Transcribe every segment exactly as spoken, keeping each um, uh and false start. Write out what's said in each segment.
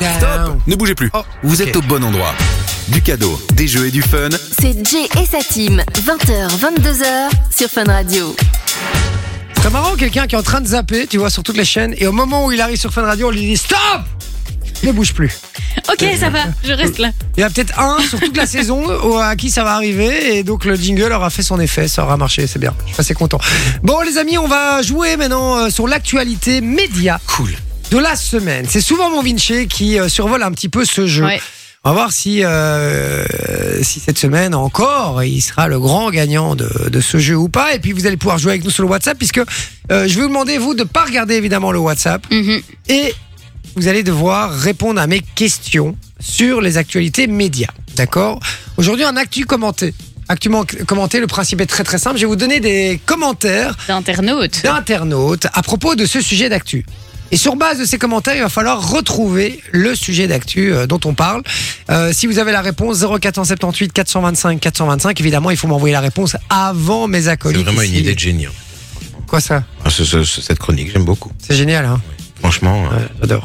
Stop, ne bougez plus. Oh, Vous ok. êtes au bon endroit. Du cadeau, des jeux et du fun. C'est Jay et sa team, vingt heures, vingt-deux heures sur Fun Radio. C'est marrant, quelqu'un qui est en train de zapper, tu vois, sur toutes les chaînes, et au moment où il arrive sur Fun Radio, on lui dit stop, ne bouge plus. Ok, ça va, je reste là. Il y en a peut-être un sur toute la saison au- à qui ça va arriver, et donc le jingle aura fait son effet, ça aura marché, c'est bien. Je suis assez content. Bon, les amis, on va jouer maintenant euh, sur l'actualité média Cool. de la semaine. C'est souvent mon Vinci qui euh, survole un petit peu ce jeu. Ouais. On va voir si, euh, si cette semaine encore, il sera le grand gagnant de, de ce jeu ou pas. Et puis vous allez pouvoir jouer avec nous sur le WhatsApp, puisque euh, je vais vous demander, vous, de ne pas regarder évidemment le WhatsApp. Mhm. Et vous allez devoir répondre à mes questions sur les actualités médias. D'accord ? Aujourd'hui, un actu commenté. Actu man- commenté, le principe est très très simple. Je vais vous donner des commentaires D'internaute. d'internautes à propos de ce sujet d'actu. Et sur base de ces commentaires, il va falloir retrouver le sujet d'actu euh, dont on parle. Euh, si vous avez la réponse, zéro quatre cent soixante-dix-huit quatre cent vingt-cinq quatre cent vingt-cinq, évidemment, il faut m'envoyer la réponse avant mes C'est acolytes. vraiment une ici. idée de génie. Quoi ça ? Ah, ce- ce- ce- cette chronique, j'aime beaucoup. C'est génial, hein ? Franchement, euh, Ouais, j'adore.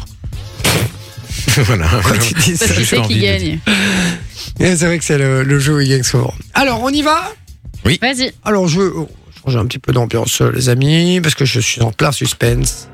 voilà. Quand tu dis ça, Parce qu'il j'ai sait envie qui de gagne. Et c'est vrai que c'est le, le jeu où il gagne souvent. Alors, on y va ? Vas-y. Alors, je vais oh, changer un petit peu d'ambiance, euh, les amis, parce que je suis en plein suspense.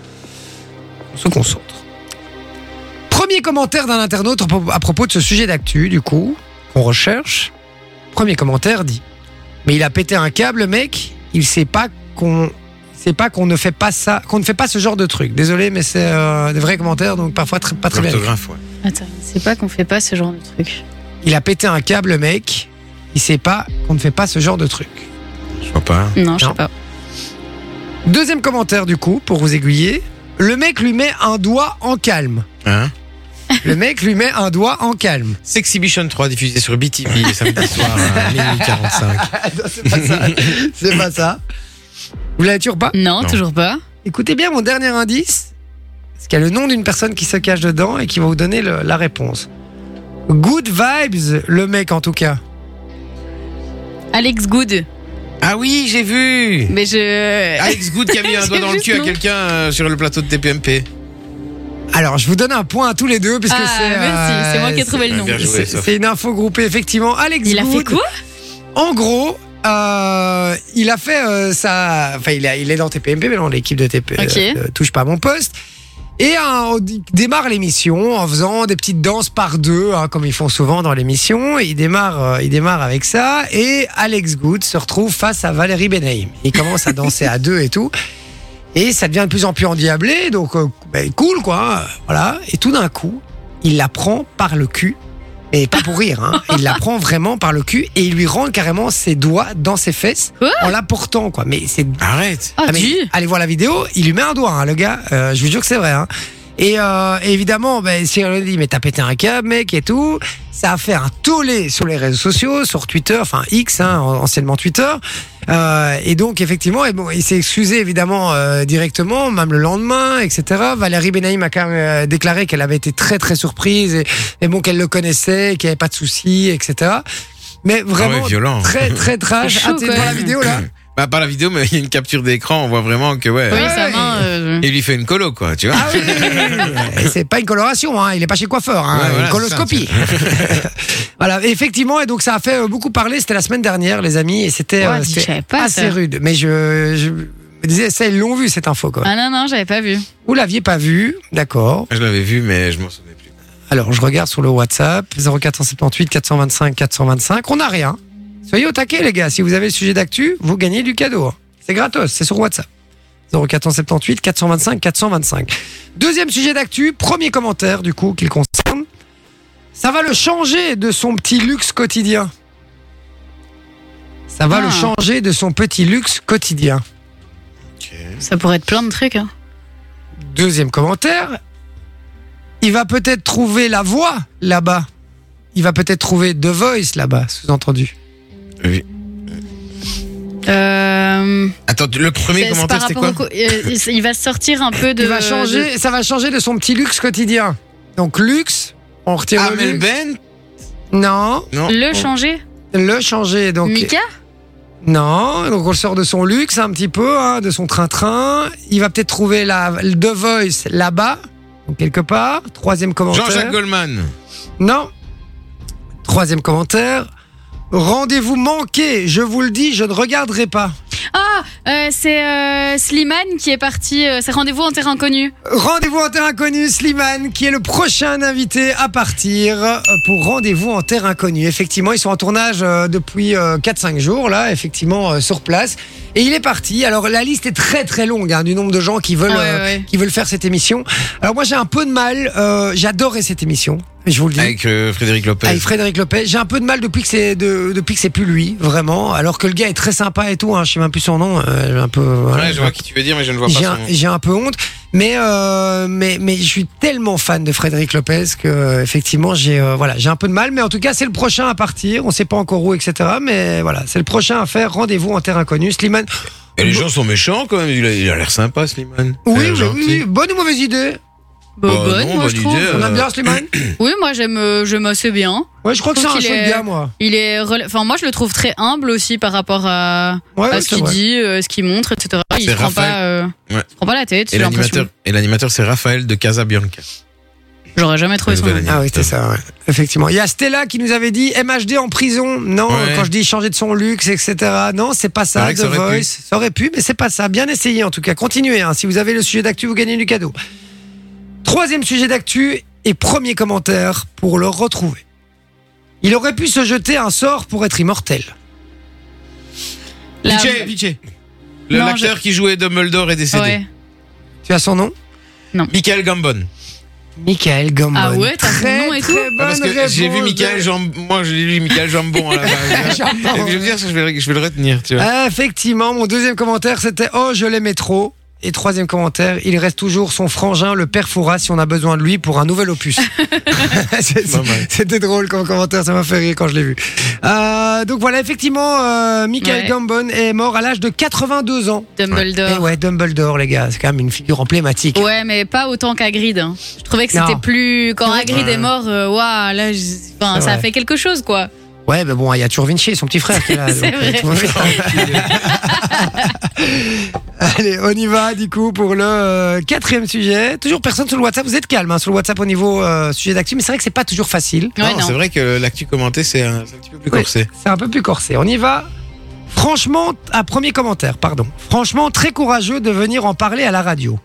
On se concentre. Premier commentaire d'un internaute à propos- à propos de ce sujet d'actu, du coup, qu'on recherche. Premier commentaire dit: mais il a pété un câble, le mec. Il sait pas qu'on, il sait pas qu'on ne fait pas ça, qu'on ne fait pas ce genre de truc. Désolé, mais c'est euh, des vrais commentaires, donc parfois très- pas très bien. L'orthographe, ouais. Attends, c'est pas qu'on fait pas ce genre de truc. Il a pété un câble, le mec. Il sait pas qu'on ne fait pas ce genre de truc. Je vois pas. Non, je Non. sais pas. Deuxième commentaire, du coup, pour vous aiguiller. Le mec lui met un doigt en calme. Hein Le mec lui met un doigt en calme. Sexhibition trois diffusé sur B T V samedi soir à minuit quarante-cinq. C'est pas ça. C'est pas ça. Vous l'avez toujours pas? Non, Non. toujours pas. Écoutez bien mon dernier indice. Parce qu'il y a le nom d'une personne qui se cache dedans et qui va vous donner le- la réponse. Good vibes, le mec en tout cas. Alex Good. Ah oui, j'ai vu. Mais je. Alex Good qui a mis un J'ai doigt dans le juste cul à non. quelqu'un euh, sur le plateau de T P M P. Alors, je vous donne un point à tous les deux. Puisque Ah, c'est, merci, euh, c'est moi qui ai trouvé le nom. Bien joué, C'est, Sophie. c'est une info groupée, effectivement. Alex Il a fait Good. quoi? En gros, euh, il a fait euh, ça. Enfin, il, a- il est dans T P M P, mais dans l'équipe de T P M P. Ok. euh, touche pas à mon poste. Et euh, on d- démarre l'émission en faisant des petites danses par deux, hein, comme ils font souvent dans l'émission. Il démarre, euh, il démarre avec ça. Et Alex Good se retrouve face à Valérie Benaïm. Il commence à danser à deux et tout. Et ça devient de plus en plus endiablé. Donc, euh, ben, cool, quoi. Voilà. Et tout d'un coup, il la prend par le cul. Et pas pour rire, hein. Il la prend vraiment par le cul et il lui rentre carrément ses doigts dans ses fesses Quoi en la portant, quoi. Mais c'est Arrête. Oh, ah, mais tu. allez voir la vidéo, il lui met un doigt, hein, le gars. Euh, je vous jure que c'est vrai. Hein. Et euh, évidemment, ben, si on lui dit, mais t'as pété un câble, mec, et tout, ça a fait un tollé sur les réseaux sociaux, sur Twitter, enfin X, hein, anciennement Twitter. Euh, et donc, effectivement, et bon, il s'est excusé évidemment euh, directement, même le lendemain, et cetera. Valérie Benaïm a quand même euh, déclaré qu'elle avait été très très surprise, et, et bon, qu'elle le connaissait, qu'il n'y avait pas de soucis, et cetera. Mais vraiment, Ah ouais, violent. très très trash. C'est chaud, Ah, t'es quand devant la même. vidéo là? Bah, pas la vidéo, mais il y a une capture d'écran, on voit vraiment que, ouais. Oui, Ouais. sa main. euh, Il lui fait une colo, quoi, tu vois. Ah oui, oui, oui, oui. Et c'est pas une coloration, hein. Il est pas chez coiffeur, hein. Ouais, voilà, une coloscopie. Voilà, et effectivement, et donc ça a fait euh, beaucoup parler. C'était la semaine dernière, les amis, et c'était Ouais, euh, dis, c'était je savais pas assez ça. rude. Mais je, je me disais, ça, ils l'ont vu cette info, quoi. Ah non, non, j'avais pas vu. Vous l'aviez pas vu, d'accord. Je l'avais vu, mais je m'en souvenais plus. Alors, je regarde sur le WhatsApp, zéro quatre cent soixante-dix-huit quatre cent vingt-cinq quatre cent vingt-cinq. On n'a rien. Soyez au taquet, les gars. Si vous avez le sujet d'actu, vous gagnez du cadeau. hein. C'est gratos, c'est sur WhatsApp. zéro quatre cent soixante-dix-huit quatre cent vingt-cinq quatre cent vingt-cinq. Deuxième sujet d'actu, premier commentaire du coup qui le concerne. Ça va le changer de son petit luxe quotidien. Ça va Ah. le changer de son petit luxe quotidien. Ok. Ça pourrait être plein de trucs. Hein. Deuxième commentaire. Il va peut-être trouver la voix là-bas. Il va peut-être trouver The Voice là-bas, sous-entendu. Oui. Euh, Attends, le premier c'est commentaire, par c'était rapport quoi au co- euh, il va sortir un peu de. Il va changer, ça va changer de son petit luxe quotidien. Donc luxe, on retire le Amel luxe. Ben Non, Non. de- Le changer. le changer. Donc Mika. non, donc on le sort de son luxe un petit peu, hein, de son train-train. Il va peut-être trouver la The Voice là-bas, Donc, quelque part. Troisième commentaire. Jean-Jacques Goldman. Non. Troisième commentaire. Rendez-vous manqué. Je vous le dis, je ne regarderai pas. Ah, euh, c'est euh, Slimane qui est parti. Euh, c'est rendez-vous en terrain inconnu. Rendez-vous en terre inconnue, Slimane, qui est le prochain invité à partir euh, pour Rendez-vous en terre inconnue. Effectivement, ils sont en tournage euh, depuis euh, quatre cinq jours, là, effectivement, euh, sur place. Et il est parti. Alors, la liste est très très longue hein, du nombre de gens qui veulent, Ouais, euh, ouais. qui veulent faire cette émission. Alors, moi, j'ai un peu de mal. Euh, J'adorais cette émission, je vous le dis. Avec euh, Frédéric Lopez. Avec Frédéric Lopez, j'ai un peu de mal depuis que c'est de, depuis que c'est plus lui, vraiment. Alors que le gars est très sympa et tout. Hein, je sais même plus son nom. Euh, j'ai un peu. voilà. Ouais, je vois qui tu veux dire, mais je ne vois pas J'ai son un, nom. j'ai un peu honte, mais euh, mais mais je suis tellement fan de Frédéric Lopez que euh, effectivement j'ai euh, voilà j'ai un peu de mal, mais en tout cas c'est le prochain à partir. On sait pas encore où, et cetera. Mais voilà, c'est le prochain à faire. Rendez-vous en terre inconnue, Slimane. Et les gens sont méchants quand même. Il a il a l'air sympa, Slimane. Oui, Il a l'air oui, gentil. oui, bonne ou mauvaise idée. Bah, Bah, bonne, non, moi bonne je trouve. idée, On Euh, aime bien Slimane. Oui, moi j'aime, euh, j'aime assez bien. Ouais, je crois que Je c'est un trouve qu'il chouette est- gars, moi. Il est, rela- enfin moi je le trouve très humble aussi par rapport à, Ouais, à ouais, ce c'est qu'il vrai. dit, euh, ce qu'il montre, et cetera. Il C'est se prend Raphaël. pas, euh, Ouais. se prend pas la tête. Et J'ai l'impression. l'animateur, et l'animateur, c'est Raphaël de Casabianca. J'aurais jamais trouvé Le son nouvel nom. Ah oui, c'était ça, ouais. Effectivement. Il y a Stella qui nous avait dit M H D en prison. Non, Ouais. quand je dis changer de son luxe, et cetera. Non, c'est pas C'est ça. vrai que The ça aurait Voice. pu. Ça aurait pu, mais c'est pas ça. Bien essayé en tout cas. Continuez. Hein. Si vous avez le sujet d'actu, vous gagnez du cadeau. Troisième sujet d'actu et premier commentaire pour le retrouver. Il aurait pu se jeter un sort pour être immortel. La- Pitché, Pitché. Le- Non, L'acteur qui jouait Dumbledore est décédé. Ouais. Tu as son nom Michael Gambon. Michael Gambon. Ah ouais, t'as son Très, nom et tout très Ah, parce bonne que j'ai vu réponse. Michael Jambon. Moi, j'ai lu Michael Jambon à la base. Jambon. Et je veux dire, je vais, le- je vais le retenir, tu vois. Ah, effectivement, mon deuxième commentaire c'était oh je l'aimais trop. Et troisième commentaire, il reste toujours son frangin, le père Fouras, si on a besoin de lui pour un nouvel opus. C'est- Pas mal. C'était drôle comme commentaire, ça m'a fait rire quand je l'ai vu. Euh, donc voilà, effectivement, euh, Michael Ouais. Gambon est mort à l'âge de quatre-vingt-deux ans. Dumbledore. Et ouais, Dumbledore, les gars, c'est quand même une figure emblématique. Ouais, mais pas autant qu'Hagrid. Hein. Je trouvais que c'était Non. plus. Quand Hagrid Ouais. est mort, euh, waouh, là, je- enfin, C'est ça a vrai. fait quelque chose, quoi. Ouais, mais bon, il y a toujours Vinci, son petit frère qui est là. C'est donc, euh, vrai. tout va bien. Allez, on y va du coup pour le euh, quatrième sujet. Toujours personne sur le WhatsApp. Vous êtes calme hein, sur le WhatsApp au niveau euh, sujet d'actu, mais c'est vrai que c'est pas toujours facile. Ouais, non, non. c'est vrai que l'actu commentée, c'est un, c'est un petit peu plus Oui, corsé. c'est un peu plus corsé. On y va. Franchement, un premier commentaire, pardon. Franchement, très courageux de venir en parler à la radio.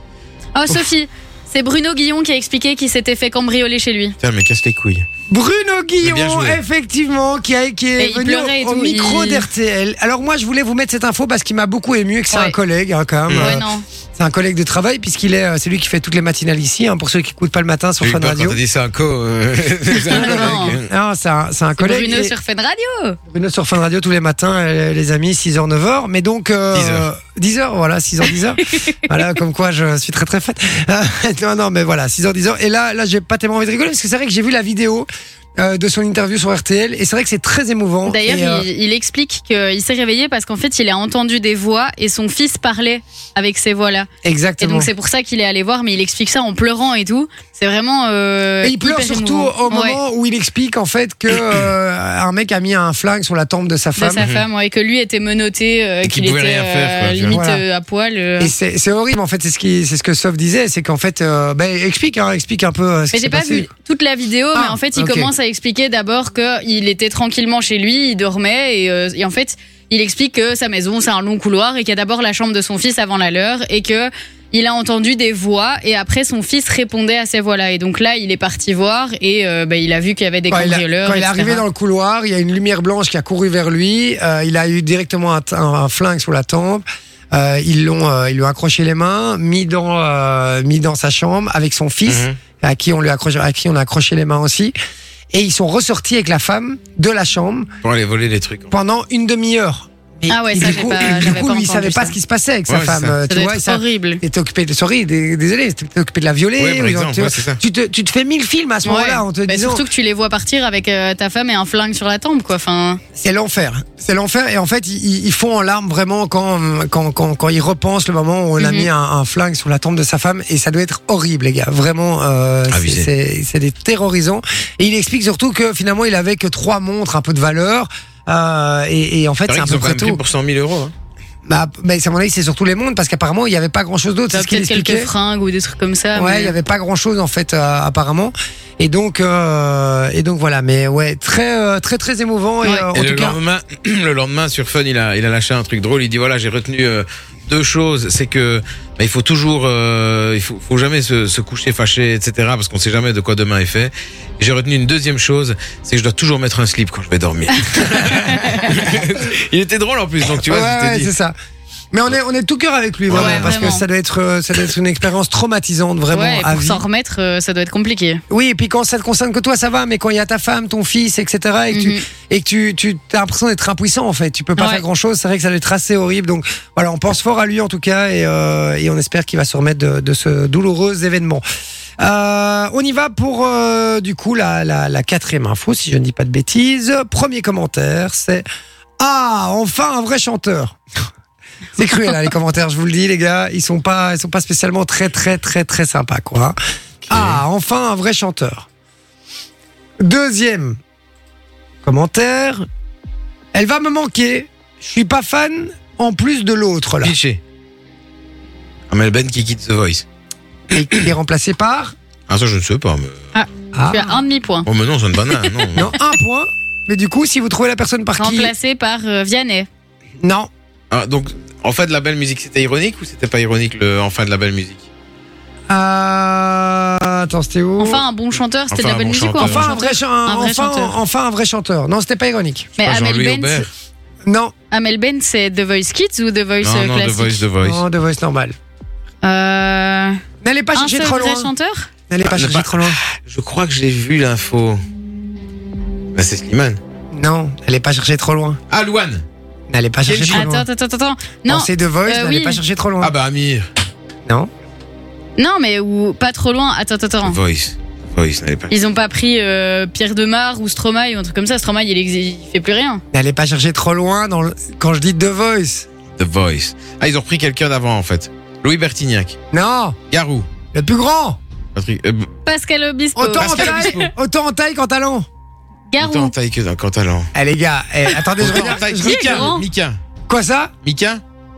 Oh, Sophie, c'est Bruno Guillon qui a expliqué qu'il s'était fait cambrioler chez lui. Putain, mais casse les couilles. Bruno bien Guillon, joué. effectivement, qui, a, qui est Et il venu pleurait et au, au tout, micro il- d'R T L. Alors moi, je voulais vous mettre cette info parce qu'il m'a beaucoup ému et que c'est Ouais. un collègue hein, quand même. Ouais, Euh, Ouais, non. C'est un collègue de travail puisqu'il est, euh, c'est lui qui fait toutes les matinales ici. Hein, pour ceux qui écoutent pas le matin sur J'ai eu Fun peur Radio. quand t'as dit c'est un co. euh, c'est un Non, non. collègue. Non, c'est un, c'est un C'est collègue. Bruno et- sur Fun Radio. Bruno sur Fun Radio tous les matins, euh, les amis, six heures, neuf heures. Mais donc, euh, dix heures. dix heures, voilà, six heures, dix heures. Voilà, comme quoi je suis très très fan. Euh, non, non, mais voilà, six heures, dix heures. Et là, là, j'ai pas tellement envie de rigoler parce que c'est vrai que j'ai vu la vidéo euh, de son interview sur R T L et c'est vrai que c'est très émouvant. D'ailleurs, Et, euh, il, il explique qu'il s'est réveillé parce qu'en fait, il a entendu des voix et son fils parlait avec ces voix-là. Et exactement. donc, c'est pour ça qu'il est allé voir, mais il explique ça en pleurant et tout. C'est vraiment. Euh, Et il pleure hyper surtout émouvant. au moment Ouais, où il explique en fait que euh, un mec a mis un flingue sur la tempe de sa de femme. sa femme, ouais, que lui était menotté, euh, Et qu'il qu'il pouvait était rien faire, quoi, limite voilà. euh, à poil. euh. Et c'est c'est horrible en fait, c'est ce qui, c'est ce que Sof disait, c'est qu'en fait, euh, ben explique, hein, explique un peu euh, ce qui Mais s'est j'ai pas passé. vu toute la vidéo, mais Ah, en fait, il ok. commence à expliquer d'abord qu'il était tranquillement chez lui, il dormait, et, euh, et en fait, il explique que sa maison, c'est un long couloir, et qu'il y a d'abord la chambre de son fils avant la leur, et que il a entendu des voix, et après, son fils répondait à ces voix-là. Et donc là, il est parti voir, et euh, bah, il a vu qu'il y avait des Quand il, a- cambrioleurs. quand il est et cetera. arrivé dans le couloir, il y a une lumière blanche qui a couru vers lui. euh, il a eu directement un, un- un flingue sur la tempe. Euh, ils l'ont, euh, ils lui ont accroché les mains, mis dans, euh, mis dans sa chambre avec son fils, Mhm. à qui on lui a accroché, à qui on a accroché les mains aussi. Et ils sont ressortis avec la femme de la chambre Pour aller voler les trucs. pendant une demi-heure. Et- Ah ouais, et ça, du j'ai coup, pas- et du j'avais coup, pas lui, il entendu savait pas ça. ce qui se passait avec sa Ouais, c'est femme. ça. euh, Ça Tu doit vois, être ça, horrible. t'es occupé de, sorry, dé- désolé, t'es occupé de la violer. Ouais, par ou exemple, tu, ouais, c'est ça. tu te, tu te fais mille films à ce moment-là en te Bah, disant. surtout que tu les vois partir avec euh, ta femme et un flingue sur la tempe, quoi. Enfin, C'est l'enfer. C'est l'enfer. Et en fait, ils, ils font en larmes vraiment quand, quand, quand, quand ils repensent le moment où on a Mhm. mis un, un flingue sur la tempe de sa femme. Et ça doit être horrible, les gars. Vraiment, euh, c'est- Abusé. c'est c'est des terrorisants. Et il explique surtout que finalement, il avait que trois montres un peu de valeur. Euh, et, et en fait, C'est c'est vrai un qu'ils peu ont quand près même pris tout. pour cent mille euros. hein. Bah, bah, à mon avis, c'est surtout les montres parce qu'apparemment, il n'y avait pas grand chose d'autre. T'as C'est ce qu'il peut-être expliquait. quelques fringues ou des trucs comme ça. Ouais, il mais- y avait pas grand chose en fait, euh, apparemment. Et donc, euh, et donc voilà. Mais ouais, très, euh, très, très émouvant. Et, Ouais. euh, en Et tout le cas, lendemain, le lendemain sur Fun, il a, il a lâché un truc drôle. Il dit voilà, j'ai retenu euh, deux choses. C'est que bah, il faut toujours, euh, il faut, faut jamais se, se coucher fâché, et cetera. Parce qu'on sait jamais de quoi demain est fait. Et j'ai retenu une deuxième chose, c'est que je dois toujours mettre un slip quand je vais dormir. Il était drôle en plus, donc tu vois, ouais, je t'ai ouais, dit. c'est ça. Mais on est, on est de tout cœur avec lui, vraiment, Ouais, parce vraiment. que ça doit être, euh, ça doit être une expérience traumatisante, vraiment, Ouais, et à pour vie. s'en remettre, euh, ça doit être compliqué. Oui, et puis quand ça te concerne que toi, ça va, mais quand il y a ta femme, ton fils, et cetera, et que Mhm. tu, et que tu, tu as l'impression d'être impuissant, en fait, tu peux pas Ouais. faire grand chose, c'est vrai que ça doit être assez horrible. Donc voilà, on pense fort à lui en tout cas, et, euh, et on espère qu'il va se remettre de, de ce douloureux événement. Euh, on y va pour euh, du coup la, la, la quatrième info, si je ne dis pas de bêtises. Premier commentaire, c'est ah, enfin un vrai chanteur. C'est cruel hein, les commentaires, je vous le dis les gars, ils sont pas, ils sont pas spécialement très très très très sympas quoi. Ah, enfin un vrai chanteur. Deuxième commentaire, elle va me manquer. Je suis pas fan en plus de l'autre là. Cliché. Amel Ben qui quitte The Voice. Et qui est remplacé par Ah, ça, je ne sais pas. Mais... ah, Tu as un demi-point. Oh, mais non, c'est une banane. Non. non un point. Mais du coup, si vous trouvez la personne par qui Remplacé par euh, Vianney. non. Ah, donc, en fait, la belle musique, c'était ironique ou c'était pas ironique, le enfin de la belle musique? Euh... Attends, c'était où Enfin, un bon chanteur, c'était Enfin, de la un belle bon musique ou chanteur. un bon Enfin un vrai, chanteur cha- Un vrai enfin, chanteur. enfin un vrai chanteur. Non, c'était pas ironique. Mais Pas Amel Jean-Louis Ben, Aubert. Non, Amel Ben, c'est The Voice Kids ou The Voice Non, euh, non, The classique Voice, The Voice. non, The Voice normal. Euh, N'allez pas Un chercher seul trop vrai loin. chanteur N'allez pas Ah, chercher bah- trop loin. Je crois que j'ai vu l'info. Bah, c'est Slimane. Non, n'allez pas chercher trop loin. Ah, Louane. N'allez pas chercher Kenji. trop Attends, loin. attends, attends, attends. Non, Pensez The Voice, euh, n'allez oui. pas chercher trop loin. Ah, bah, Amir. Non. non, mais ou pas trop loin. Attends, attends, The attends. Voice. The Voice, n'allez pas. Ils ont pas pris euh, Pierre Demar ou Stromae ou un truc comme ça. Stromae, il, exi- il fait plus rien. N'allez pas chercher trop loin dans le... quand je dis The Voice. The Voice. Ah, ils ont repris quelqu'un d'avant, en fait. Louis Bertignac. Non, Garou. le plus grand. Patrick. Euh, Pascal Obispo. Autant en, Pascal taille, Obispo. autant en taille qu'en talent. autant en Garou. taille que qu'en talent. Eh les gars, eh, attendez, je Autant en regarde. taille. je- Mika. grand. Mika. Quoi ça? Mika.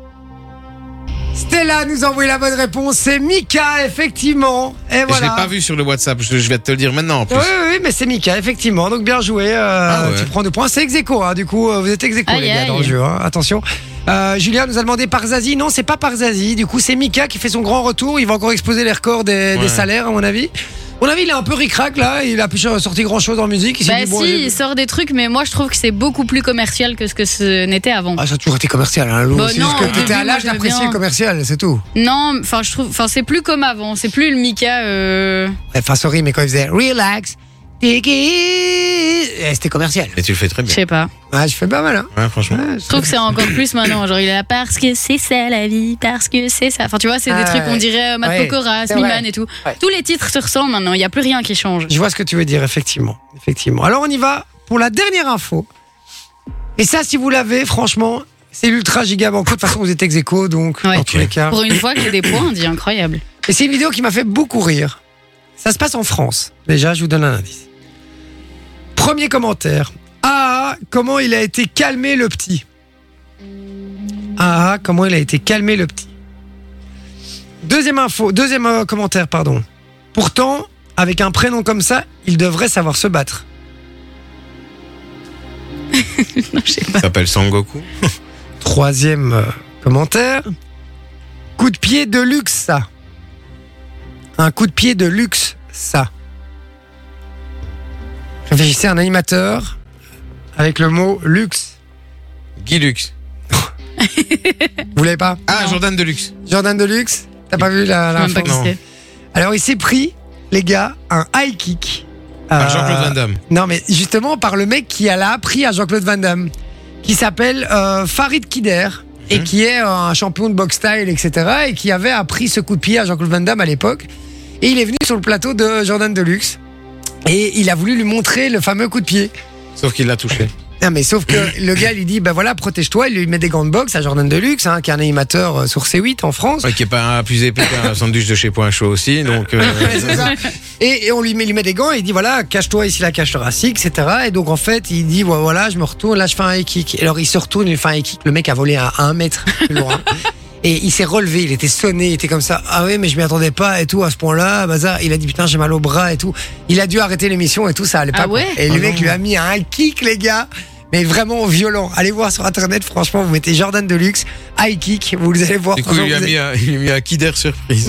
Stella nous a envoyé la bonne réponse. C'est Mika, effectivement. Et Je voilà. l'ai pas vu sur le WhatsApp. Je, je vais te le dire maintenant, en plus. Oui, oui, oui, mais c'est Mika, effectivement. Donc bien joué. euh, Ah ouais. Tu prends deux points. C'est ex aequo, hein. Du coup, euh, vous êtes ex aequo, Aïe, les gars, aïe. dans le jeu. Hein. Attention. Euh, Julien nous a demandé par Zazie. Non, c'est pas par Zazie. Du coup, c'est Mika qui fait son grand retour. Il va encore exposer les records des, Ouais. des salaires, à mon avis. À mon avis, il est un peu ric-rac là. Il a plus sorti grand chose en musique. Il s'est Bah dit, bon, si, j'ai- il sort des trucs, mais moi je trouve que c'est beaucoup plus commercial que ce que ce n'était avant. Ah, ça a toujours été commercial, hein, Lou. Bah c'est non, juste au que t'étais début, à moi, l'âge j'aimais d'apprécier bien. le commercial, c'est tout. Non, enfin je trouve, enfin c'est plus comme avant, c'est plus le Mika. Euh... Enfin, sorry, mais quand il faisait relax, take it, eh, c'était commercial. Et tu le fais très Je bien. sais pas. Ouais, je fais pas mal, hein. Ouais, franchement. Ouais, Je trouve que c'est encore plus maintenant. Genre il est là parce que c'est ça la vie, parce que c'est ça. Enfin tu vois, c'est Ah, des trucs qu'on ouais. dirait euh, Matt Ouais, Pokora, c'est Slimane vrai. et tout. Ouais. Tous les titres se ressemblent maintenant. Il y a plus rien qui change. Je vois ce que tu veux dire, effectivement. Effectivement. Alors, on y va pour la dernière info. Et ça, si vous l'avez, franchement, c'est l'ultra giga banco. De toute façon, vous êtes ex aequo, donc, Ouais. dans tous Ok. les cas. Pour une fois que j'ai des points, on dit incroyable. Et c'est une vidéo qui m'a fait beaucoup rire. Ça se passe en France. Déjà, je vous donne un indice. Premier commentaire. Ah, comment il a été calmé le petit. Ah, comment il a été calmé le petit. Deuxième info, deuxième euh, commentaire, pardon. Pourtant, avec un prénom comme ça, il devrait savoir se battre. Non, je sais pas. Ça s'appelle Sangoku. Troisième euh, commentaire. Coup de pied de luxe, ça. Un coup de pied de luxe, ça. Réfléchissez à un animateur avec le mot luxe. Guy Lux. Vous l'avez pas? Ah, Non. Jordan Deluxe. Jordan Deluxe? T'as pas vu la, Je la sais même pas qui non. c'est. Alors il s'est pris, les gars, un high kick. Par Euh, Jean-Claude Van Damme. Non, mais justement par le mec qui a l'a appris à Jean-Claude Van Damme, qui s'appelle euh, Farid Kider, et Mhm. qui est euh, un champion de boxe style, et cetera, et qui avait appris ce coup de pied à Jean-Claude Van Damme à l'époque. Et il est venu sur le plateau de Jordan Deluxe, et il a voulu lui montrer le fameux coup de pied. Sauf qu'il l'a touché. Non, mais sauf que le gars lui dit bah voilà, protège-toi, il lui met des gants de boxe à Jordan Deluxe, hein, qui est un animateur euh, sur C huit en France. Ouais, qui est pas plus épais qu'un sandwich de chez Point Chaud aussi, donc. Euh... Ouais, c'est ça. Et, et on lui met, lui met des gants et il dit voilà, cache-toi ici la cage thoracique, et cetera. Et donc en fait, il dit voilà, voilà, je me retourne, là je fais un high kick. Et alors il se retourne, il fait un high kick, le mec a volé à un mètre plus loin. Et il s'est relevé, il était sonné, il était comme ça. Ah oui, mais je m'y attendais pas et tout à ce point-là. Bazar, il a dit putain, j'ai mal au bras et tout. Il a dû arrêter l'émission et tout, ça allait pas. Ah ouais quoi. Et le Ah mec non. lui a mis un kick, les gars. Mais vraiment violent. Allez voir sur internet, franchement, vous mettez Jordan Deluxe, high kick, vous allez voir. Du coup, il lui a franchement, mis un, il lui a mis un Kinder surprise.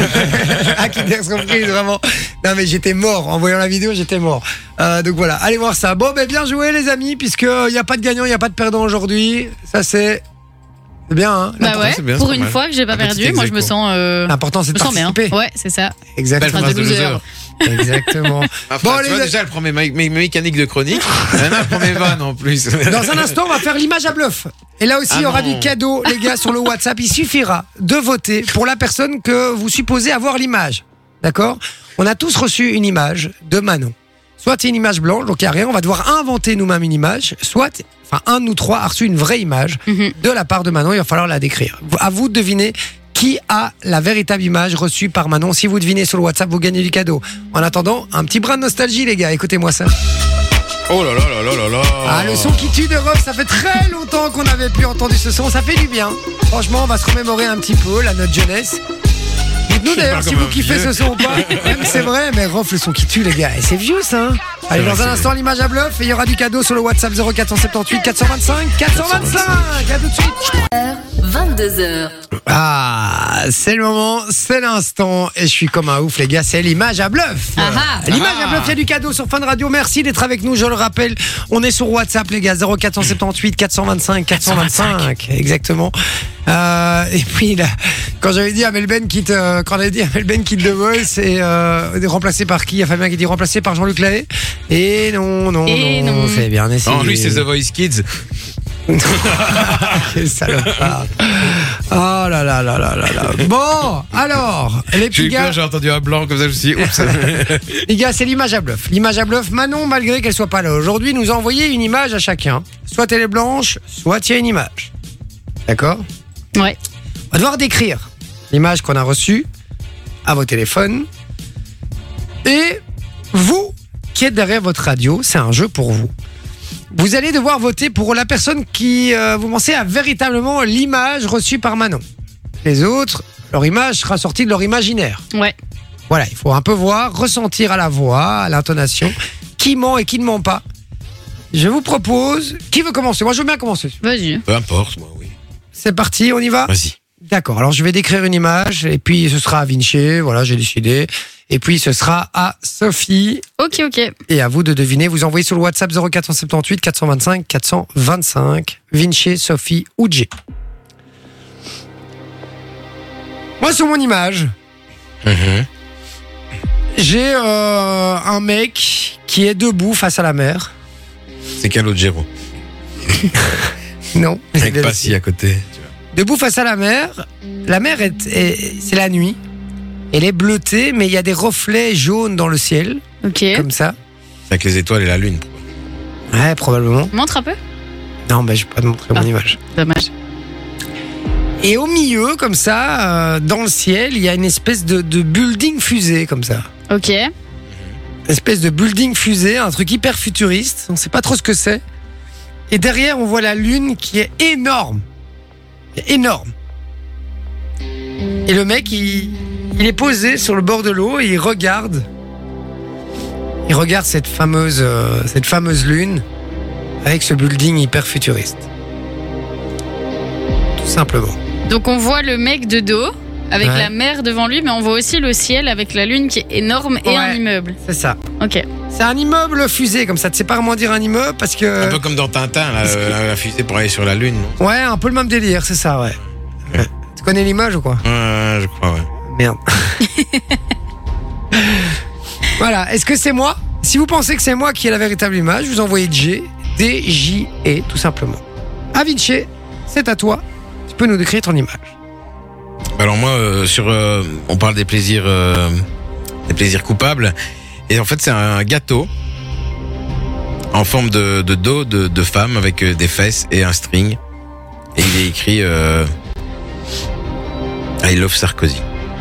ah, qui était surprise, vraiment. Non, mais j'étais mort. En voyant la vidéo, j'étais mort. Euh, donc voilà, allez voir ça. Bon, ben bien joué, les amis, puisque il n'y a pas de gagnant, il n'y a pas de perdant aujourd'hui. Ça, c'est. C'est bien, hein. Bah L'important, ouais, c'est bien, pour c'est une mal. fois que j'ai pas Un petit perdu, moi je me ex-aequo. sens, euh, L'important, c'est je de me sens bien. participer. Ouais, c'est ça. Belle Exactement. phrase de loser. loser. Exactement. Ah, Bon, bon, tu les vois, gars- déjà, elle prend mes, mes, mes mécaniques de chronique. Maintenant, elle prend mes vannes en plus. Dans un instant, on va faire l'image à bluff. Et là aussi, Ah il y aura non. du cadeau, les gars, sur le WhatsApp. Il suffira de voter pour la personne que vous supposez avoir l'image. D'accord ? On a tous reçu une image de Manon. Soit c'est une image blanche, donc il n'y a rien, on va devoir inventer nous-mêmes une image. Soit, enfin, un de nous trois a reçu une vraie image Mhm. de la part de Manon, il va falloir la décrire. À vous de deviner qui a la véritable image reçue par Manon. Si vous devinez sur le WhatsApp, vous gagnez du cadeau. En attendant, un petit brin de nostalgie, les gars, écoutez-moi ça. Oh là là là là là là. Ah, le son qui tue de Rof, ça fait très longtemps qu'on n'avait plus entendu ce son, ça fait du bien. Franchement, on va se remémorer un petit peu, la notre jeunesse. Dites-nous d'ailleurs parle si comme vous un kiffez vieux. ce son ou pas. Même c'est vrai, mais Rof, le son qui tue, les gars, et c'est vieux ça. Hein. Allez, vrai, dans c'est un instant, l'image à bluff, et il y aura du cadeau sur le WhatsApp zéro quatre cent soixante-dix-huit quatre cent vingt-cinq quatre cent vingt-cinq. À tout de suite. vingt-deux heures. Ah, c'est le moment, c'est l'instant, et je suis comme un ouf, les gars, c'est l'image à bluff. Ah ah. L'image à Ah. bluff, il y a du cadeau sur Fun Radio. Merci d'être avec nous, je le rappelle. On est sur WhatsApp, les gars, zéro quatre cent soixante-dix-huit quatre cent vingt-cinq quatre cent vingt-cinq. Exactement. Euh, et puis, là, quand j'avais dit à Melben quitte, euh, quand on avait dit à Melben quitte The Voice, et euh, remplacé par qui? Il y a Fabien qui dit remplacé par Jean-Luc Lahaye. Et non, non, Et non, non. c'est bien essayé. Non, lui, c'est The Voice Kids. Quel salopard. Oh là là là là là là. Bon, alors, les J'ai petits eu peur, gars, j'ai entendu un blanc comme ça, je me suis dit, oups. les gars, c'est l'image à bluff. L'image à bluff, Manon, malgré qu'elle soit pas là aujourd'hui, nous a envoyé une image à chacun. Soit elle est blanche, soit il y a une image. D'accord ? Ouais. On va devoir décrire l'image qu'on a reçue à vos téléphones. Et vous, qui êtes derrière votre radio, c'est un jeu pour vous. Vous allez devoir voter pour la personne qui, euh, vous pensez, a véritablement l'image reçue par Manon. Les autres, leur image sera sortie de leur imaginaire. Ouais. Voilà, il faut un peu voir, ressentir à la voix, à l'intonation, qui ment et qui ne ment pas. Je vous propose... Qui veut commencer ? Moi, je veux bien commencer. Vas-y. Peu importe, moi, oui. C'est parti, on y va ? Vas-y. D'accord, alors je vais décrire une image, et puis ce sera à Vinci, voilà, j'ai décidé. Et puis ce sera à Sophie, Ok, ok. et à vous de deviner. Vous envoyez sur le WhatsApp zéro quatre cent soixante-dix-huit quatre cent vingt-cinq quatre cent vingt-cinq. Vinci, Sophie ou Jay. Moi, sur mon image, Mhm. j'ai euh, un mec qui est debout face à la mer. C'est Calogero. Non. Avec Passy à côté. Debout face à la mer. La mer, est, est- c'est la nuit. Elle est bleutée, mais il y a des reflets jaunes dans le ciel, Ok. comme ça. Avec les étoiles et la lune. Ouais, probablement. Montre un peu. Non, mais je vais pas te montrer mon Ah. image. Dommage. Et au milieu, comme ça, euh, dans le ciel, il y a une espèce de, de building fusée, comme ça. Ok. Une espèce de building fusée, un truc hyper futuriste. On sait pas trop ce que c'est. Et derrière, on voit la lune qui est énorme. Énorme. Et le mec, il, il est posé sur le bord de l'eau et il regarde. Il regarde cette fameuse, euh, cette fameuse lune avec ce building hyper futuriste. Tout simplement. Donc on voit le mec de dos avec Ouais. la mer devant lui, mais on voit aussi le ciel avec la lune qui est énorme et Ouais. un immeuble. C'est ça. Ok. C'est un immeuble fusée, comme ça. Tu sais pas comment dire un immeuble parce Un que. peu comme dans Tintin, la, la, la fusée pour aller sur la lune. Non Ouais, un peu le même délire, c'est ça, ouais. Ouais. Tu connais l'image ou quoi? Ouais, je crois, ouais. Merde. Voilà, est-ce que c'est moi? Si vous pensez que c'est moi qui ai la véritable image, vous envoyez J, D J E, tout simplement. À Vinci, c'est à toi. Tu peux nous décrire ton image. Alors moi, euh, sur, euh, on parle des plaisirs, euh, des plaisirs coupables, et en fait c'est un gâteau en forme de, de dos de, de femme avec euh, des fesses et un string. Et il est écrit euh, I love Sarkozy.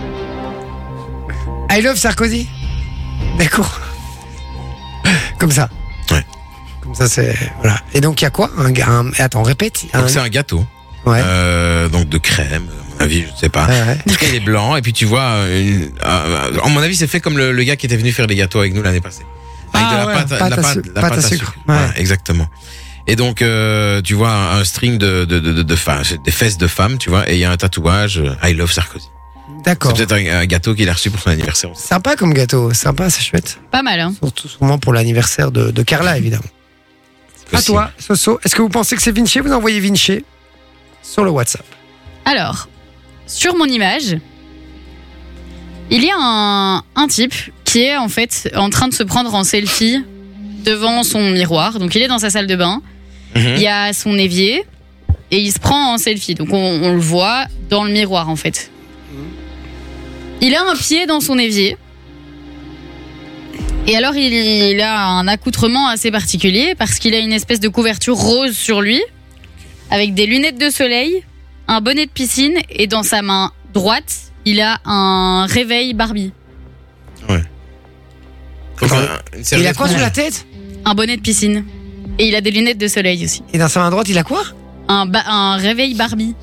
I love Sarkozy. D'accord. Comme ça. Ouais. Comme ça, c'est voilà. Et donc il y a quoi un, un... Attends, répète. Donc Un- c'est un gâteau. Ouais. Euh, donc de crème, à mon avis, je sais pas. Ouais, ouais. En tout cas, il est blanc et puis tu vois, une, euh, à mon avis, c'est fait comme le, le gars qui était venu faire les gâteaux avec nous l'année passée. Avec Ah de la ouais, pâte, pâte de la à pâte, su- de la pâte pâte à à sucre. sucre. Ouais. Voilà, exactement. Et donc, euh, tu vois, un, un string de, de, de, de, de femmes, des fesses de femmes, tu vois, et il y a un tatouage euh, I love Sarkozy. D'accord. C'est peut-être un, un gâteau qu'il a reçu pour son anniversaire aussi. Sympa comme gâteau. Sympa, c'est chouette. Pas mal, hein. Surtout sûrement pour l'anniversaire de, de Carla, évidemment. À Possible. toi, Soso. Est-ce que vous pensez que c'est Vinci? Vous envoyez Vinci sur le WhatsApp. Alors, sur mon image, il y a un, un type qui est en fait en train de se prendre en selfie devant son miroir. Donc il est dans sa salle de bain, Mhm. il y a son évier et il se prend en selfie. Donc on, on le voit dans le miroir en fait. Il a un pied dans son évier. Et alors il, il a un accoutrement assez particulier parce qu'il a une espèce de couverture rose sur lui avec des lunettes de soleil, un bonnet de piscine et dans sa main droite, il a un réveil Barbie. Donc, Attends, un- une Il a serviette quoi sur rouge. la tête? Un bonnet de piscine. Et il a des lunettes de soleil aussi. Et dans sa main droite, il a quoi? Un, ba- un réveil Barbie.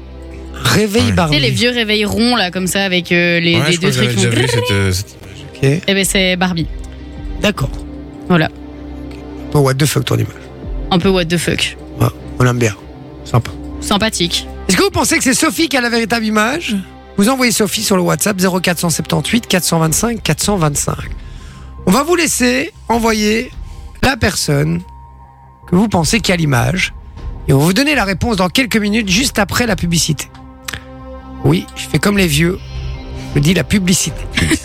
Réveil Ouais. Tu Barbie. sais, les vieux réveils ronds, là, comme ça, avec euh, les, Ouais, les je crois deux que trucs j'avais qui déjà font... vu cette, euh, cette image. Ok, Eh ben, c'est Barbie. d'accord. Voilà. Oh, what the fuck ton image. Un peu what the fuck. Ouais, on l'aime bien. Sympa. Sympathique. Est-ce que vous pensez que c'est Sophie qui a la véritable image? Vous envoyez Sophie sur le WhatsApp zéro quatre cent soixante-dix-huit quatre cent vingt-cinq quatre cent vingt-cinq. On va vous laisser envoyer la personne que vous pensez qui a l'image. Et on va vous donner la réponse dans quelques minutes, juste après la publicité. Oui, je fais comme les vieux. Je dis la publicité.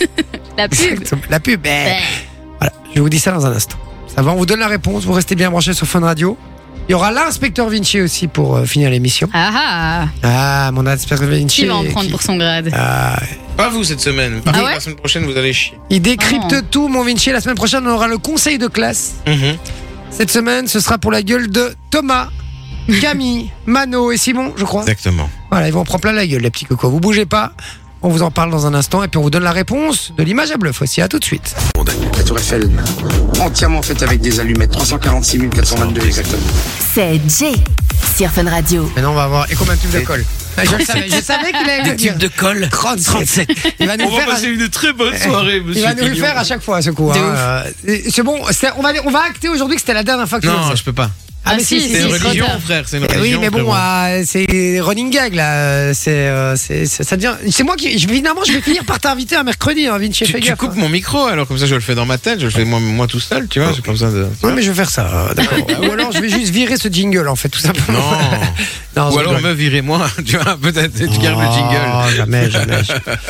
La pub. Exactement. La pub. eh. Ouais. Voilà, je vous dis ça dans un instant. Ça va, on vous donne la réponse. Vous restez bien branchés sur Fun Radio. Il y aura l'inspecteur Vinci aussi pour euh, finir l'émission. Ah ah. Ah, mon inspecteur Vinci. Qui va en prendre qui- pour son grade? Ah, Pas vous cette semaine. Par Ah contre, ouais la semaine prochaine, vous allez chier. il décrypte Ah. tout, mon Vinci. La semaine prochaine, on aura le conseil de classe. Mhm. Cette semaine, ce sera pour la gueule de Thomas, Camille, Mano et Simon, je crois. Exactement. Voilà, ils vont en prendre plein la gueule, les petits cocos. Vous bougez pas. On vous en parle dans un instant et puis on vous donne la réponse de l'image à bluff aussi. À tout de suite. La tour Eiffel, entièrement faite avec des allumettes, trois cent quarante-six mille quatre cent vingt-deux exactement. C'est Jay sur Fun Radio. Maintenant, on va voir. Et combien de tubes de colle? Ah, Je le savais, je savais qu'il allait le dire. de colle. trente-sept. Il va nous faire. à- une très bonne soirée, Il va nous le faire à chaque fois, ce coup. De hein. Euh, C'est bon, c'est- on va, on va acter aujourd'hui que c'était la dernière fois que tu le Non, faisais. je peux pas. Ah, mais Ah, si, si, si, C'est si, une c'est trop religion, tard. frère. C'est une Eh religion. oui, mais bon, frérot. euh, c'est running gag là. euh, C'est, euh, c'est, c'est- ça devient. C'est moi qui. je- Finalement, je vais finir par t'inviter un mercredi, hein, Vinci. Tu, Fais tu gaffe. coupes hein. mon micro, alors comme ça je le fais dans ma tête, je le fais moi, moi tout seul, tu vois, j'ai pas besoin de. Oui, mais je vais faire ça, euh, d'accord. Ou alors, je vais juste virer ce jingle, en fait, tout simplement. Non. Non, Ou je alors rigole. me virez moi, tu vois, peut-être tu gardes le Oh, jingle. jamais, jamais.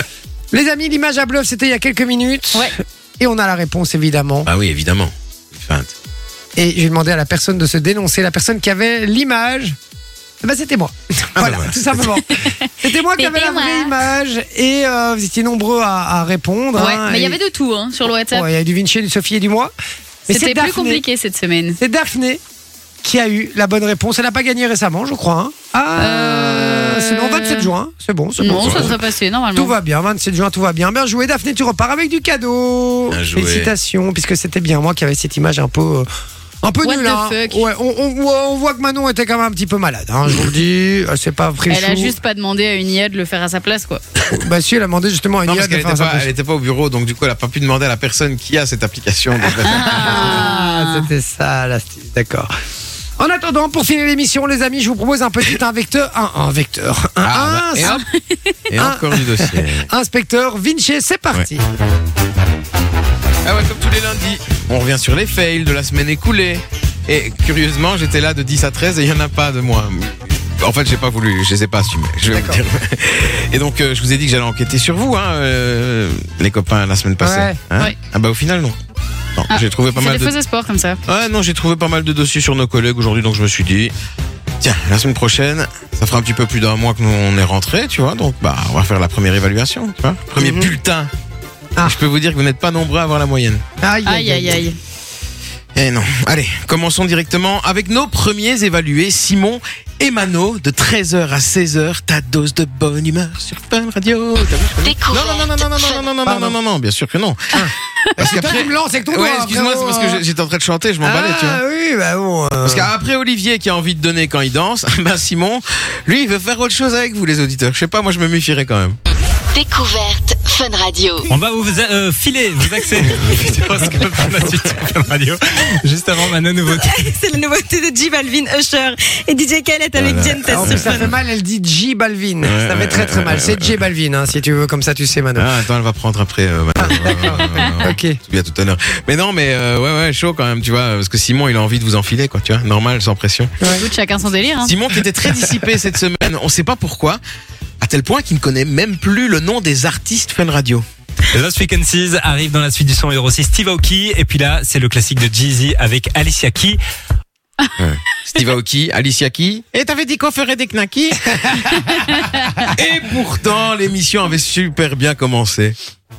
Les amis, l'image à bluff, c'était il y a quelques minutes. Ouais. Et on a la réponse, évidemment. Ah oui, évidemment. Feinte. Et je vais demander à la personne de se dénoncer, la personne qui avait l'image. Eh ben, c'était moi. voilà, bah voilà. tout simplement. C'était moi qui avais la C'était moi. vraie image. Et euh, vous étiez nombreux à, à répondre. Ouais, hein, mais il y et- avait de tout hein, sur le WhatsApp. Ouais, il y a du Vinci, du Sophie et du moi. Mais c'est C'était plus Daphné- compliqué cette semaine. C'est Daphné qui a eu la bonne réponse. Elle n'a pas gagné récemment, je crois. hein. Ah, Euh, c'est non, vingt-sept juin. C'est bon, c'est Non, bon. ça devrait passer normalement. Tout va bien, vingt-sept juin, tout va bien. Bien joué, Daphné, tu repars avec du cadeau. Bien joué. Félicitations, puisque c'était bien moi qui avais cette image un peu. euh, Un peu What nulle, the hein. fuck. Ouais, on, on- on voit que Manon était quand même un petit peu malade, hein, je vous le dis. Elle s'est pas pris le Elle a chou. juste pas demandé à une I A de le faire à sa place, quoi. Bah si, elle a demandé justement à une Non, I A parce de qu'elle faire était, sa pas, place. elle était pas au bureau, donc du coup elle a pas pu demander à la personne qui a cette application. de faire ça. Ah, c'était ça l'astuce, d'accord. En attendant, pour finir l'émission, les amis, je vous propose un petit un vecteur, un, un vecteur, un, Ah, bah, et un- hop, et un- encore du dossier. inspecteur Vinci, c'est parti. Ah ouais, comme tous les lundis, on revient sur les fails de la semaine écoulée. Et curieusement, j'étais là de dix à treize et il n'y en a pas de moi. En fait, j'ai pas voulu, je les ai pas assumés, je vais vous dire. Et donc, euh, je vous ai dit que j'allais enquêter sur vous, hein, euh, les copains, la semaine passée. Ouais. Hein Ouais. Ah bah au final, non. Non, Ah, j'ai trouvé pas C'est mal des de... faux espoirs comme ça. Ouais, non, j'ai trouvé pas mal de dossiers sur nos collègues aujourd'hui, donc je me suis dit, tiens, la semaine prochaine, ça fera un petit peu plus d'un mois que nous on est rentrés, tu vois, donc bah on va faire la première évaluation, tu vois, premier Mhm. bulletin. Ah. Je peux vous dire que vous n'êtes pas nombreux à avoir la moyenne. Aïe, Aïe, aïe, aïe. Eh non. Allez, commençons directement avec nos premiers évalués, Simon et Mano, de treize heures à seize heures, ta dose de bonne humeur sur Fun Radio. T'as vu, je connais ? Découverte. Non, non, non, non, non, non, non, non, non, non, non, non, bien sûr que non. Parce Toi, tu me lances avec ton doigt. Ouais, excuse-moi, c'est parce que frérot. j'étais en train de chanter, je m'emballais, tu vois. Ah oui, bah bon. euh, Parce qu'après Olivier qui a envie de donner quand il danse, ben Simon, lui, il veut faire autre chose avec vous, les auditeurs. Je sais pas, moi, je me méfierais quand même. Découverte Fun Radio. On va vous euh, filer vos accès Vidéoscope sur la suite Fun Radio. Juste avant ma nouveauté. C'est la nouveauté de J Balvin, Usher et D J Khaled avec Voilà. Jen En Test plus, sur ça Fun. fait mal, elle dit J Balvin. Ouais, ça fait très très ouais, mal. ouais, C'est J Balvin, hein, si tu veux, comme ça tu sais, Mano. Ah, attends, elle va prendre après. Euh, maintenant. Ok. Tout bien, tout honneur. Mais non, mais euh, ouais, ouais, chaud quand même, tu vois, parce que Simon, il a envie de vous enfiler, quoi, tu vois, normal, sans pression. Écoute, chacun son délire. Hein. Simon qui était très dissipé cette semaine, on sait pas pourquoi, à tel point qu'il ne connaît même plus le nom des artistes Fun Radio. Lost Frequencies arrive dans la suite du son. Il y aura aussi Steve Aoki. Et puis là, c'est le classique de Jeezy avec Alicia Keys. Steve Aoki, Alicia Keys. Et t'avais dit qu'on ferait des knackis. Et pourtant, l'émission avait super bien commencé.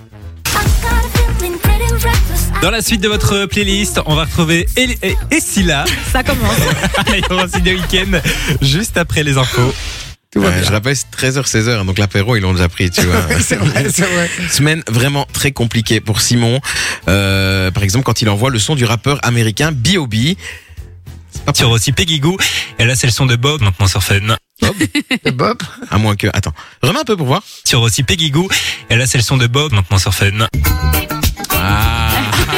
Dans la suite de votre playlist, on va retrouver El- et Essila. Ça commence. Il y aura aussi des week-ends juste après les infos. Tout va Ouais, bien. je rappelle, c'est treize heures, seize heures, donc l'apéro, ils l'ont déjà pris, tu vois. C'est vrai, c'est vrai. Semaine vraiment très compliquée pour Simon. Euh, par exemple, quand il envoie le son du rappeur américain B O B Il y aura aussi Peggy Goo. Et là, c'est le son de Bob, maintenant sur Fun. Le Bob. À moins que... Attends, remets un peu pour voir. Il y aura aussi Peggy Goo. Et là, c'est le son de Bob, maintenant sur Fun. Ah,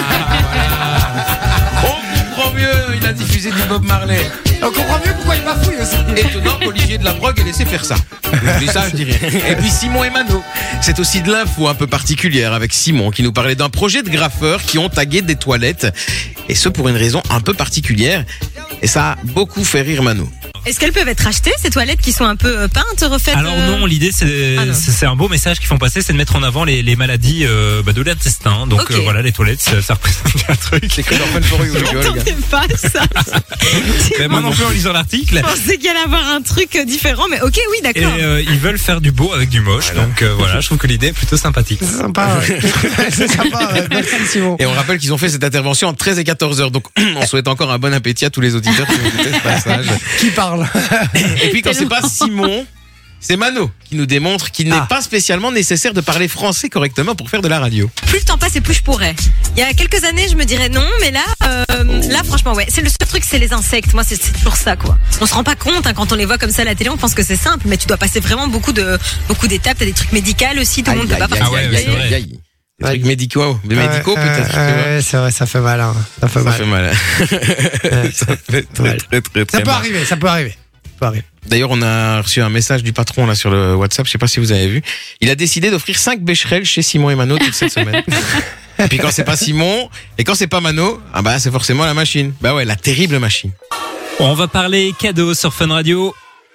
on comprend mieux, il a diffusé du Bob Marley. On comprend mieux pourquoi il bafouille aussi. Étonnant qu'Olivier de la Brogue ait laissé faire ça. Je dis ça, je dis rien. Et puis Simon et Mano. C'est aussi de l'info un peu particulière avec Simon qui nous parlait d'un projet de graffeurs qui ont tagué des toilettes. Et ce pour une raison un peu particulière. Et ça a beaucoup fait rire Mano. Est-ce qu'elles peuvent être achetées, ces toilettes qui sont un peu euh, peintes, refaites Alors euh, non, l'idée c'est Ah non. c'est c'est un beau message qu'ils font passer, c'est de mettre en avant les, les maladies euh, bah, de l'intestin. Donc Ok. euh, voilà, les toilettes, ça, ça représente un truc. C'est que dans Fun for You, rigole, gars. J'entendais pas ça. Mais moi non plus en lisant l'article. Je pensais qu'il allait avoir un truc euh, différent, mais ok, oui, Et d'accord. euh, ils veulent faire du beau avec du moche. Donc euh, voilà, je trouve que l'idée est plutôt sympathique. C'est sympa, ouais. C'est sympa, ouais. Merci Simon. Et on rappelle qu'ils ont fait cette intervention entre treize et quatorze heures. Donc on souhaite encore un bon appétit à tous les auditeurs qui ont écouté ce passage. Qui parle? Et puis quand c'est pas Simon, c'est Mano qui nous démontre qu'il n'est Ah. pas spécialement nécessaire de parler français correctement pour faire de la radio. Plus le temps passe et plus je pourrais. Il y a quelques années, je me dirais non, mais là, euh, là, franchement, ouais. C'est le seul truc, c'est les insectes. Moi, c'est c'est toujours ça, quoi. On se rend pas compte hein, quand on les voit comme ça à la télé. On pense que c'est simple, mais tu dois passer vraiment beaucoup de beaucoup d'étapes. T'as des trucs médicaux aussi. Tout le monde peut pas aïe, participer. Ah ouais, ouais, c'est vrai. Des trucs médicaux, des médicaux Ouais, peut-être. tu vois. Ouais, c'est vrai, ça fait mal. Hein. Ça fait Ça mal. fait mal. Ça fait très mal. très très très Ça peut mal. arriver, ça peut arriver. Ça peut arriver. D'ailleurs, on a reçu un message du patron là sur le WhatsApp. Je sais pas si vous avez vu. Il a décidé d'offrir cinq Becherel chez Simon et Mano toute cette semaine. Et puis quand c'est pas Simon et quand c'est pas Mano, ah bah c'est forcément la machine. Bah ouais, la terrible machine. On va parler cadeaux sur Fun Radio.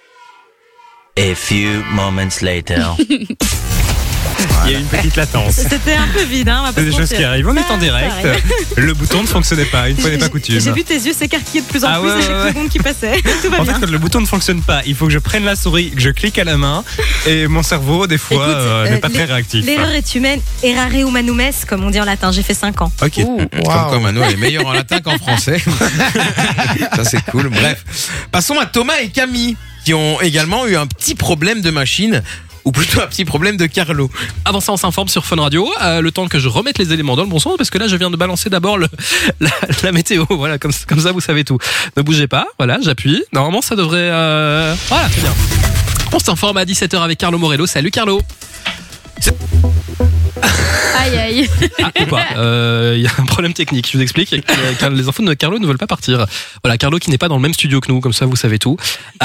A few moments later. Il y a une petite latence. C'était un peu vide, hein. On va pas C'est des se choses mentir. qui arrivent. On est en Ah, direct. ça arrive. Le bouton ne fonctionnait pas. Une fois n'est pas coutume. J'ai vu tes yeux s'écarquiller de plus en Ah plus ouais, à chaque ouais, ouais. seconde qui passait. Tout va En bien. fait, quand le bouton ne fonctionne pas, il faut que je prenne la souris, que je clique à la main, et mon cerveau, des fois, Écoute, euh, euh, n'est pas très les- réactif. L'erreur est humaine. Errare humanum est, comme on dit en latin. J'ai fait cinq ans. Ok. Comme quoi Mano est meilleur en latin qu'en français. Ça c'est cool. Bref, passons à Thomas et Camille qui ont également eu un petit problème de machine. Ou plutôt un petit problème de Carlo. Avant ça, on s'informe sur Fun Radio. Euh, le temps que je remette les éléments dans le bon sens, parce que là, je viens de balancer d'abord le, la, la météo. Voilà, comme, comme ça, vous savez tout. Ne bougez pas. Voilà, j'appuie. Normalement, ça devrait. Euh... Voilà, très bien. On s'informe à dix-sept heures avec Carlo Morello. Salut Carlo. Aïe aïe. Ah, ou pas. Euh, Il y a un problème technique. Je vous explique. Euh, car les enfants de Carlo ne veulent pas partir. Voilà, Carlo qui n'est pas dans le même studio que nous. Comme ça, vous savez tout.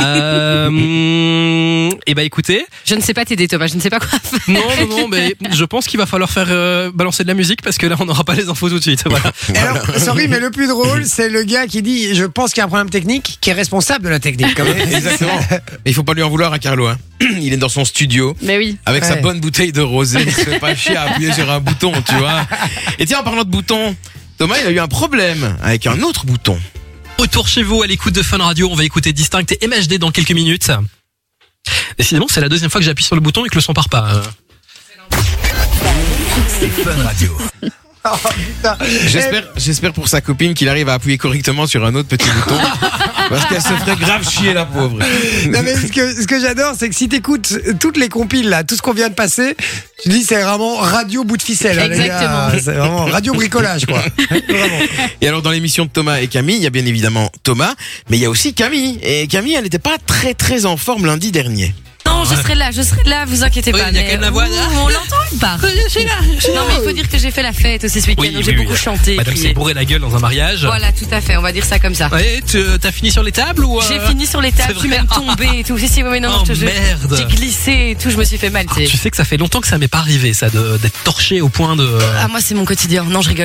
Euh... Et bah écoutez. Je ne sais pas t'aider, Thomas. Je ne sais pas quoi faire. Non, non, non, mais je pense qu'il va falloir faire euh, balancer de la musique parce que là, on n'aura pas les infos tout de suite. Voilà. Et alors, sorry, mais le plus drôle, c'est le gars qui dit je pense qu'il y a un problème technique, qui est responsable de la technique. Quand même. Exactement. Mais il faut pas lui en vouloir à Carlo. Hein. Il est dans son studio Mais oui. avec sa Ouais. bonne bouteille de rosé. Il se fait pas chier à appuyer sur un bouton, tu vois. Et tiens, en parlant de bouton, Thomas, il a eu un problème avec un autre bouton. Retour chez vous à l'écoute de Fun Radio. On va écouter Distinct et M H D dans quelques minutes. Décidément, c'est la deuxième fois que j'appuie sur le bouton et que le son part pas. C'est Fun Radio. Oh, putain. J'espère, j'espère pour sa copine qu'il arrive à appuyer correctement sur un autre petit bouton. Parce qu'elle se ferait grave chier, la pauvre. Non mais ce que, ce que j'adore, c'est que si t'écoutes toutes les compiles là, tout ce qu'on vient de passer, tu dis c'est vraiment radio bout de ficelle. hein, les gars. Exactement. C'est vraiment radio bricolage quoi. Vraiment. Et alors, dans l'émission de Thomas et Camille, il y a bien évidemment Thomas, mais il y a aussi Camille. Et Camille, elle n'était pas très très en forme lundi dernier. Non, je serai là, je serai là, vous inquiétez Oui, pas. il y a mais- quand même la voix, Ouh, là. on l'entend ou pas? Je suis là, je suis là. Non, mais il faut dire que j'ai fait la fête aussi ce week-end, Oui, donc oui, j'ai oui. beaucoup chanté. Madame s'est crié. bourré la gueule dans un mariage. Voilà, tout à fait, on va dire ça comme ça. Ouais, tu t'as fini sur les tables ou euh, J'ai fini sur les tables, c'est je suis vrai même tombée et tout. Si, si, oui, non, Oh, je te jure. merde. J'ai glissé et tout, je me suis fait mal, tu sais. Tu sais que ça fait longtemps que ça m'est pas arrivé, ça, de- d'être torché au point de. Ah, moi, c'est mon quotidien. Non, je rigole.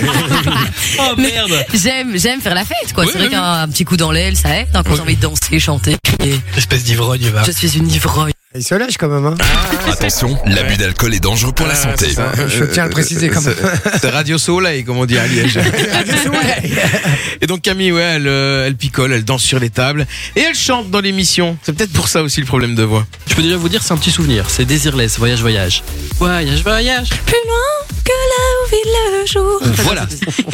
Oh Mais merde. J'aime, j'aime faire la fête, quoi. Oui, c'est vrai oui, qu'un un petit coup dans l'aile, ça aide. hein, Quand Oui. j'ai envie de danser, chanter, crier. Espèce d'ivrogne, va. Je suis une ivrogne. Il se lâche quand même. Hein. Attention, l'abus d'alcool est dangereux pour la Ah, santé. c'est ça. Je tiens à le préciser quand même. C'est- C'est Radio Soleil, comme on dit à Liège. Et donc Camille, ouais, elle, euh, elle picole, elle danse sur les tables et elle chante dans l'émission. C'est peut-être pour ça aussi le problème de voix. Je peux déjà vous dire, c'est un petit souvenir. C'est Désirless, voyage, voyage. Voyage, voyage. Plus loin que là où vit le jour. Voilà.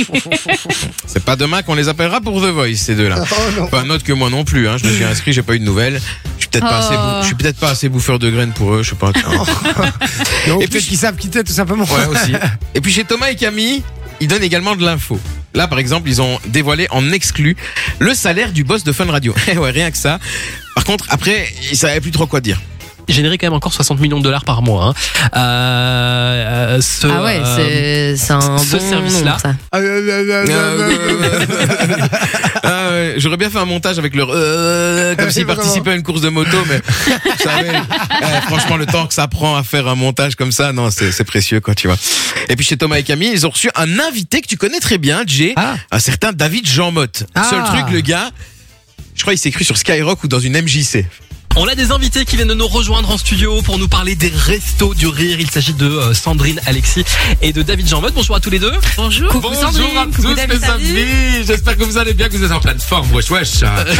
C'est pas demain qu'on les appellera pour The Voice, ces deux-là. Oh non. Pas un autre que moi non plus. Hein. Je me suis inscrit, j'ai pas eu de nouvelles. Je suis peut-être pas Oh. assez, bou- je suis peut-être pas assez bouffeur de graines pour eux. Je sais pas. Donc Et peut-être puis- qu'ils savent quitter tout simplement. Ouais, aussi. Et puis chez Thomas et Camille, ils donnent également de l'info. Là, par exemple, ils ont dévoilé en exclu le salaire du boss de Fun Radio. Ouais, rien que ça. Par contre, après, ils savaient plus trop quoi dire. Générer quand même encore soixante millions de dollars par mois. Hein. Euh, euh, ce, Ah ouais, euh, c'est, c'est un ce bon service-là. nombre, ça. Ah, euh, euh, euh, euh, euh, Ah ouais, j'aurais bien fait un montage avec leur euh, comme s'ils Vraiment. participaient à une course de moto, mais vous savez, euh, franchement, le temps que ça prend à faire un montage comme ça, non, c'est c'est précieux, quoi, tu vois. Et puis chez Thomas et Camille, ils ont reçu un invité que tu connais très bien, Jay, Ah. un certain David Jean Motte. Ah. Seul truc, le gars, je crois, il s'est cru sur Skyrock ou dans une M J C. On a des invités qui viennent de nous rejoindre en studio pour nous parler des restos du rire. Il s'agit de euh, Sandrine Alexis et de David Jean-Motte. Bonjour à tous les deux. Bonjour. Coucou Sandrine. Coucou David. Salut. J'espère que vous allez bien, que vous êtes en pleine forme. Wesh, wesh.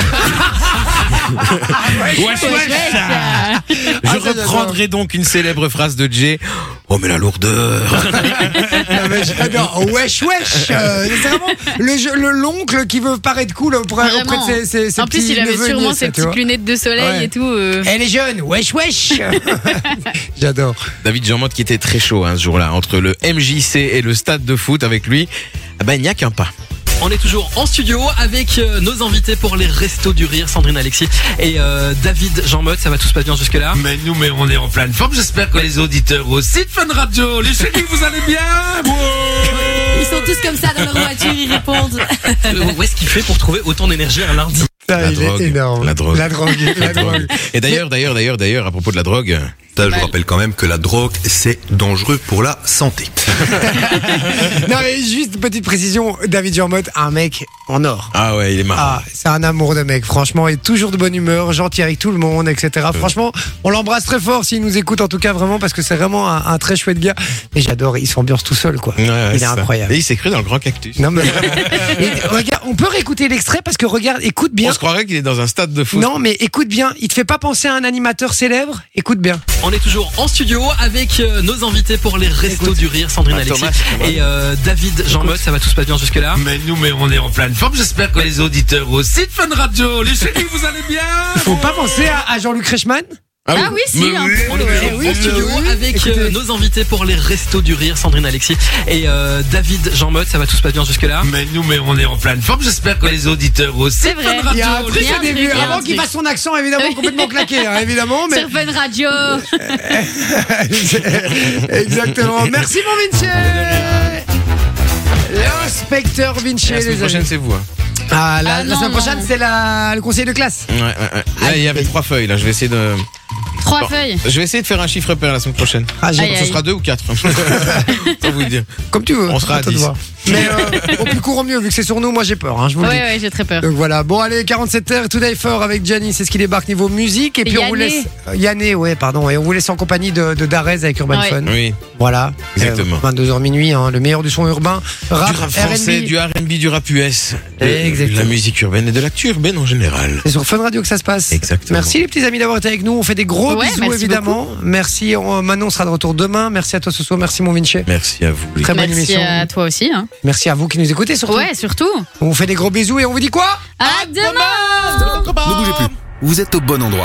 Wesh, wesh. Je reprendrai donc une célèbre phrase de Jay. Oh, mais la lourdeur. Non, mais j'adore. Wesh, wesh. Euh, c'est vraiment le jeu- le- l'oncle qui veut paraître cool auprès, auprès Vraiment. de ses, ses, ses En plus, petits il avait neveux et sûrement nièces, ses tu petites vois. lunettes de soleil Ouais. et tout. euh. Elle est jeune. Wesh, wesh. J'adore. David Jean-Motte qui était très chaud hein, ce jour-là. Entre le M J C et le stade de foot avec lui, ah ben, il n'y a qu'un pas. On est toujours en studio avec euh, nos invités pour les restos du rire, Sandrine Alexis et euh, David Jean-Motte. Ça va tout se passe bien jusque-là? Mais nous, mais on est en pleine forme. J'espère que les auditeurs aussi de Fun Radio, les chéris, vous allez bien? Ils sont tous comme ça dans leur voiture, ils répondent. Euh, Où est-ce qu'il fait pour trouver autant d'énergie un lundi? Putain, La il drogue. est énorme. La drogue. La drogue. La drogue. Et d'ailleurs, d'ailleurs, d'ailleurs, d'ailleurs, à propos de la drogue, Ça, je vous rappelle quand même que la drogue, c'est dangereux pour la santé. Non, mais juste petite précision. David Jean-Motte, un mec en or. ah ouais, il est marrant. Ah, c'est un amour de mec, franchement, il est toujours de bonne humeur, gentil avec tout le monde, et cetera. Franchement, on l'embrasse très fort s'il nous écoute, en tout cas, vraiment, parce que c'est vraiment un, un très chouette gars. Mais j'adore, il s'ambiance tout seul, quoi. Ouais, ouais, il est c'est ça. incroyable. Et il s'est cru dans le grand cactus. Non, mais vraiment. Et regarde, on peut réécouter l'extrait parce que regarde, écoute bien. On se croirait qu'il est dans un stade de foot. Non, mais écoute bien, il te fait pas penser à un animateur célèbre. Écoute bien. On est toujours en studio avec euh, nos invités pour les restos du rire, Sandrine Ah, Alexis Thomas, c'est Thomas. et euh, David Jean-Motte. Ça va tout se passer bien jusque-là? Mais nous, mais on est en pleine forme. J'espère que les auditeurs aussi de Fun Radio, les chéris, vous allez bien? Faut pas penser à, à Jean-Luc Reichmann. Ah oui, si, Mais un oui. On est toujours oui, en studio oui. avec Écoutez. euh, nos invités pour les restos du rire, Sandrine Alexis et euh, David Jean-Motte. Ça va tout se passer bien jusque-là? Mais nous, mais on est en pleine forme. J'espère que les auditeurs aussi C'est de vrai. Fun Il y a un Radio, truc les y a au un début, truc, il y a un avant qu'il truc. fasse son accent évidemment complètement claqué, hein, évidemment, mais Sur Fun Radio. exactement. Merci mon Vinci. L'inspecteur Vinci, La les semaine amis. prochaine, c'est vous. Hein. Ah, la, Ah, la non, semaine non. prochaine, c'est la, le conseil de classe. Ouais, ouais, ouais. Là, il y avait trois feuilles. Là, je vais essayer de. Trois Bon, feuilles. Je vais essayer de faire un chiffre pair la semaine prochaine. Ah, j'ai- Aïe, Ce aïe. sera deux ou quatre. Pour vous le dire. Comme tu veux. On sera à toi de dix. voir. Mais euh, au plus court au mieux, vu que c'est sur nous, moi j'ai peur, hein, je vous le Ouais, dis. ouais, j'ai très peur. Donc voilà, bon allez, quarante-sept heures, Today For avec Gianni, c'est ce qui débarque niveau musique. Et puis on vous Yanné. laisse. euh, Yanné, ouais, pardon. Et on vous laisse en compagnie de, de Darez avec Urban Ouais. Fun. Oui. Voilà. Exactement. Euh, vingt-deux heures minuit, hein, le meilleur du son urbain. Rap, Du rap R français, and B. du R and B, du rap U S. de- Exactement. De la musique urbaine et de l'actu urbaine en général. C'est sur Fun Radio que ça se passe. Exactement. Merci les petits amis d'avoir été avec nous. On fait des gros Ouais, bisous merci évidemment. Merci. On, Manon sera de retour demain. Merci à toi Soso. Merci mon Vinci. Merci à vous. les Très gars. bonne Merci émission. à toi aussi. Hein. Merci à vous qui nous écoutez surtout. Ouais, surtout. On vous fait des gros bisous et on vous dit quoi? À demain. Ne bougez plus, vous êtes au bon endroit.